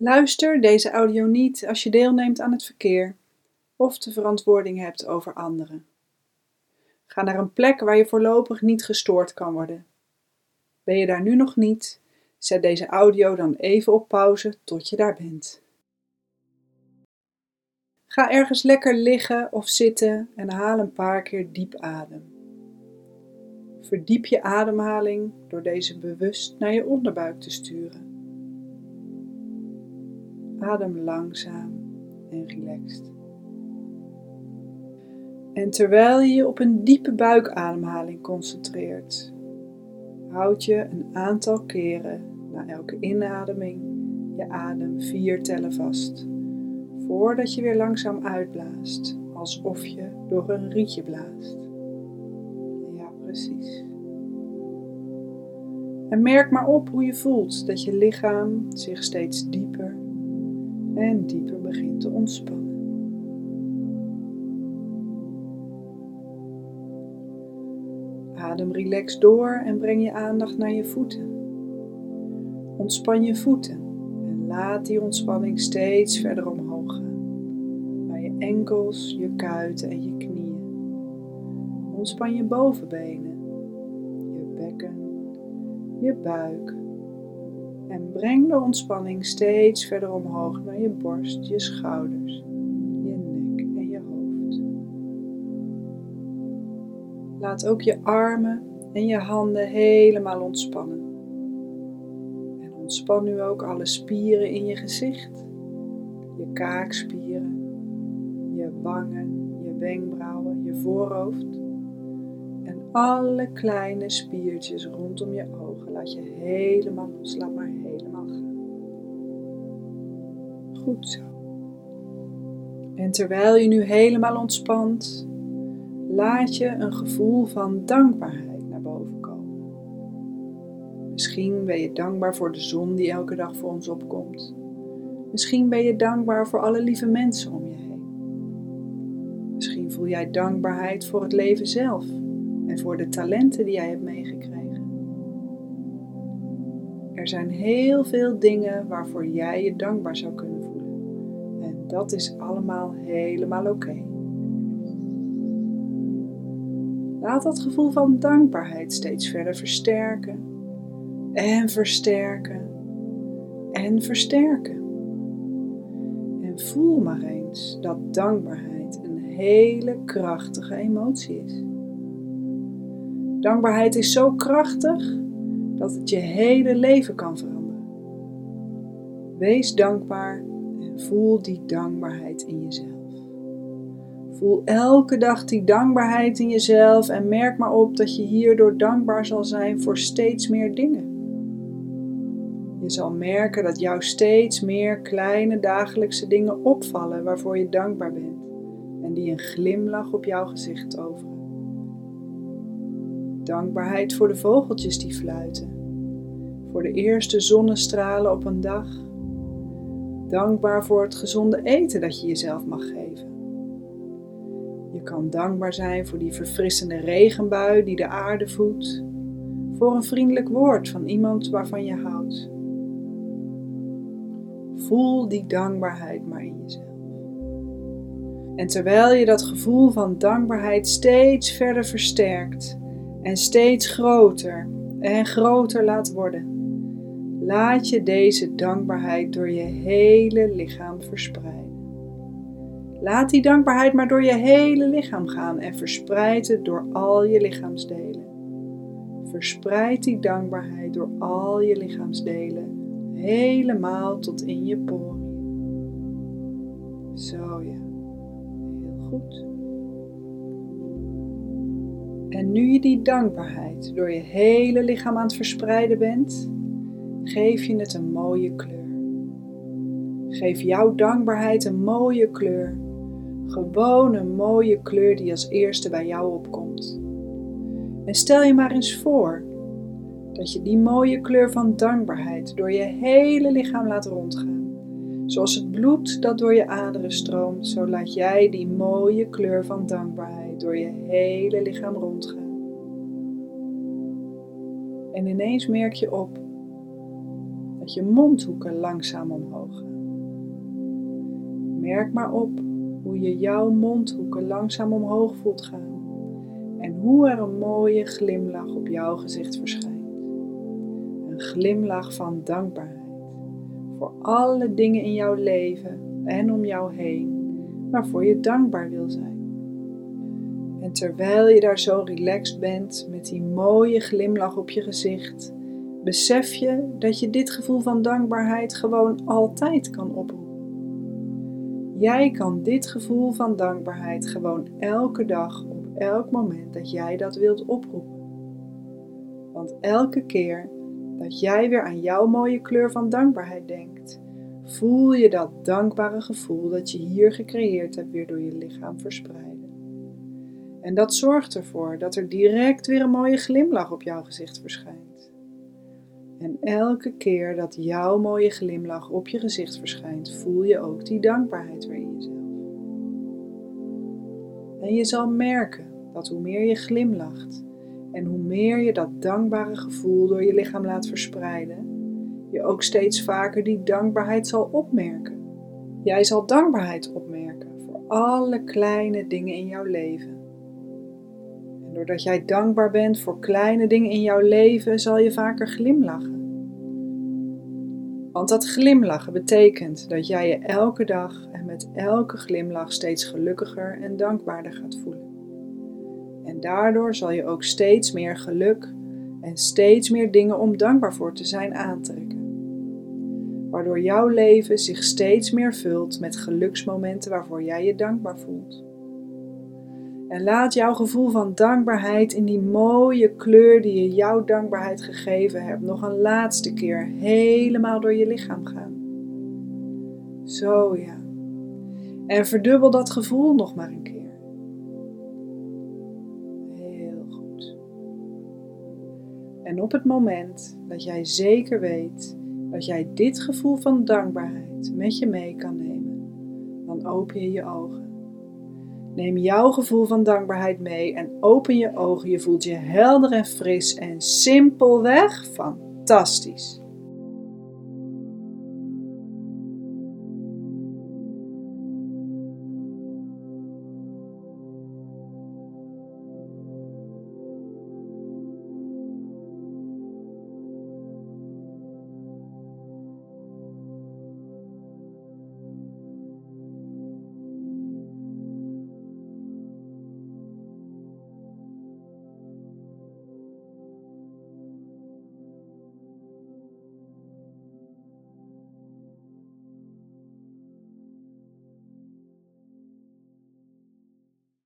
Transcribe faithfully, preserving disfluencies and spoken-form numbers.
Luister deze audio niet als je deelneemt aan het verkeer of de verantwoording hebt over anderen. Ga naar een plek waar je voorlopig niet gestoord kan worden. Ben je daar nu nog niet? Zet deze audio dan even op pauze tot je daar bent. Ga ergens lekker liggen of zitten en haal een paar keer diep adem. Verdiep je ademhaling door deze bewust naar je onderbuik te sturen. Adem langzaam en relaxed. En terwijl je je op een diepe buikademhaling concentreert, houd je een aantal keren na elke inademing je adem vier tellen vast, voordat je weer langzaam uitblaast, alsof je door een rietje blaast. Ja, precies. En merk maar op hoe je voelt dat je lichaam zich steeds dieper en dieper begint te ontspannen. Adem relaxed door en breng je aandacht naar je voeten. Ontspan je voeten en laat die ontspanning steeds verder omhoog gaan. Naar je enkels, je kuiten en je knieën. Ontspan je bovenbenen, je bekken, je buik. En breng de ontspanning steeds verder omhoog naar je borst, je schouders, je nek en je hoofd. Laat ook je armen en je handen helemaal ontspannen. En ontspan nu ook alle spieren in je gezicht, je kaakspieren, je wangen, je wenkbrauwen, je voorhoofd. En alle kleine spiertjes rondom je ogen laat je helemaal los, laat maar helemaal gaan. Goed zo. En terwijl je nu helemaal ontspant, laat je een gevoel van dankbaarheid naar boven komen. Misschien ben je dankbaar voor de zon die elke dag voor ons opkomt. Misschien ben je dankbaar voor alle lieve mensen om je heen. Misschien voel jij dankbaarheid voor het leven zelf en voor de talenten die jij hebt meegekregen. Er zijn heel veel dingen waarvoor jij je dankbaar zou kunnen voelen. En dat is allemaal helemaal oké. Laat dat gevoel van dankbaarheid steeds verder versterken en versterken en versterken. En voel maar eens dat dankbaarheid een hele krachtige emotie is. Dankbaarheid is zo krachtig dat het je hele leven kan veranderen. Wees dankbaar en voel die dankbaarheid in jezelf. Voel elke dag die dankbaarheid in jezelf en merk maar op dat je hierdoor dankbaar zal zijn voor steeds meer dingen. Je zal merken dat jou steeds meer kleine dagelijkse dingen opvallen waarvoor je dankbaar bent en die een glimlach op jouw gezicht toveren. Dankbaarheid voor de vogeltjes die fluiten, voor de eerste zonnestralen op een dag. Dankbaar voor het gezonde eten dat je jezelf mag geven. Je kan dankbaar zijn voor die verfrissende regenbui die de aarde voedt, voor een vriendelijk woord van iemand waarvan je houdt. Voel die dankbaarheid maar in jezelf. En terwijl je dat gevoel van dankbaarheid steeds verder versterkt en steeds groter en groter laat worden, laat je deze dankbaarheid door je hele lichaam verspreiden. Laat die dankbaarheid maar door je hele lichaam gaan en verspreid het door al je lichaamsdelen. Verspreid die dankbaarheid door al je lichaamsdelen, helemaal tot in je poriën. Zo ja, heel goed. En nu je die dankbaarheid door je hele lichaam aan het verspreiden bent, geef je het een mooie kleur. Geef jouw dankbaarheid een mooie kleur. Gewoon een mooie kleur die als eerste bij jou opkomt. En stel je maar eens voor dat je die mooie kleur van dankbaarheid door je hele lichaam laat rondgaan. Zoals het bloed dat door je aderen stroomt, zo laat jij die mooie kleur van dankbaarheid door je hele lichaam rondgaan. En ineens merk je op dat je mondhoeken langzaam omhoog gaan. Merk maar op hoe je jouw mondhoeken langzaam omhoog voelt gaan en hoe er een mooie glimlach op jouw gezicht verschijnt. Een glimlach van dankbaarheid voor alle dingen in jouw leven en om jou heen waarvoor je dankbaar wil zijn. En terwijl je daar zo relaxed bent met die mooie glimlach op je gezicht, besef je dat je dit gevoel van dankbaarheid gewoon altijd kan oproepen. Jij kan dit gevoel van dankbaarheid gewoon elke dag op elk moment dat jij dat wilt oproepen. Want elke keer dat jij weer aan jouw mooie kleur van dankbaarheid denkt, voel je dat dankbare gevoel dat je hier gecreëerd hebt weer door je lichaam verspreiden. En dat zorgt ervoor dat er direct weer een mooie glimlach op jouw gezicht verschijnt. En elke keer dat jouw mooie glimlach op je gezicht verschijnt, voel je ook die dankbaarheid weer in jezelf. En je zal merken dat hoe meer je glimlacht en hoe meer je dat dankbare gevoel door je lichaam laat verspreiden, je ook steeds vaker die dankbaarheid zal opmerken. Jij zal dankbaarheid opmerken voor alle kleine dingen in jouw leven. En doordat jij dankbaar bent voor kleine dingen in jouw leven, zal je vaker glimlachen. Want dat glimlachen betekent dat jij je elke dag en met elke glimlach steeds gelukkiger en dankbaarder gaat voelen. En daardoor zal je ook steeds meer geluk en steeds meer dingen om dankbaar voor te zijn aantrekken. Waardoor jouw leven zich steeds meer vult met geluksmomenten waarvoor jij je dankbaar voelt. En laat jouw gevoel van dankbaarheid in die mooie kleur die je jouw dankbaarheid gegeven hebt nog een laatste keer helemaal door je lichaam gaan. Zo ja. En verdubbel dat gevoel nog maar een keer. Heel goed. En op het moment dat jij zeker weet dat jij dit gevoel van dankbaarheid met je mee kan nemen, dan open je je ogen. Neem jouw gevoel van dankbaarheid mee en open je ogen. Je voelt je helder en fris en simpelweg fantastisch.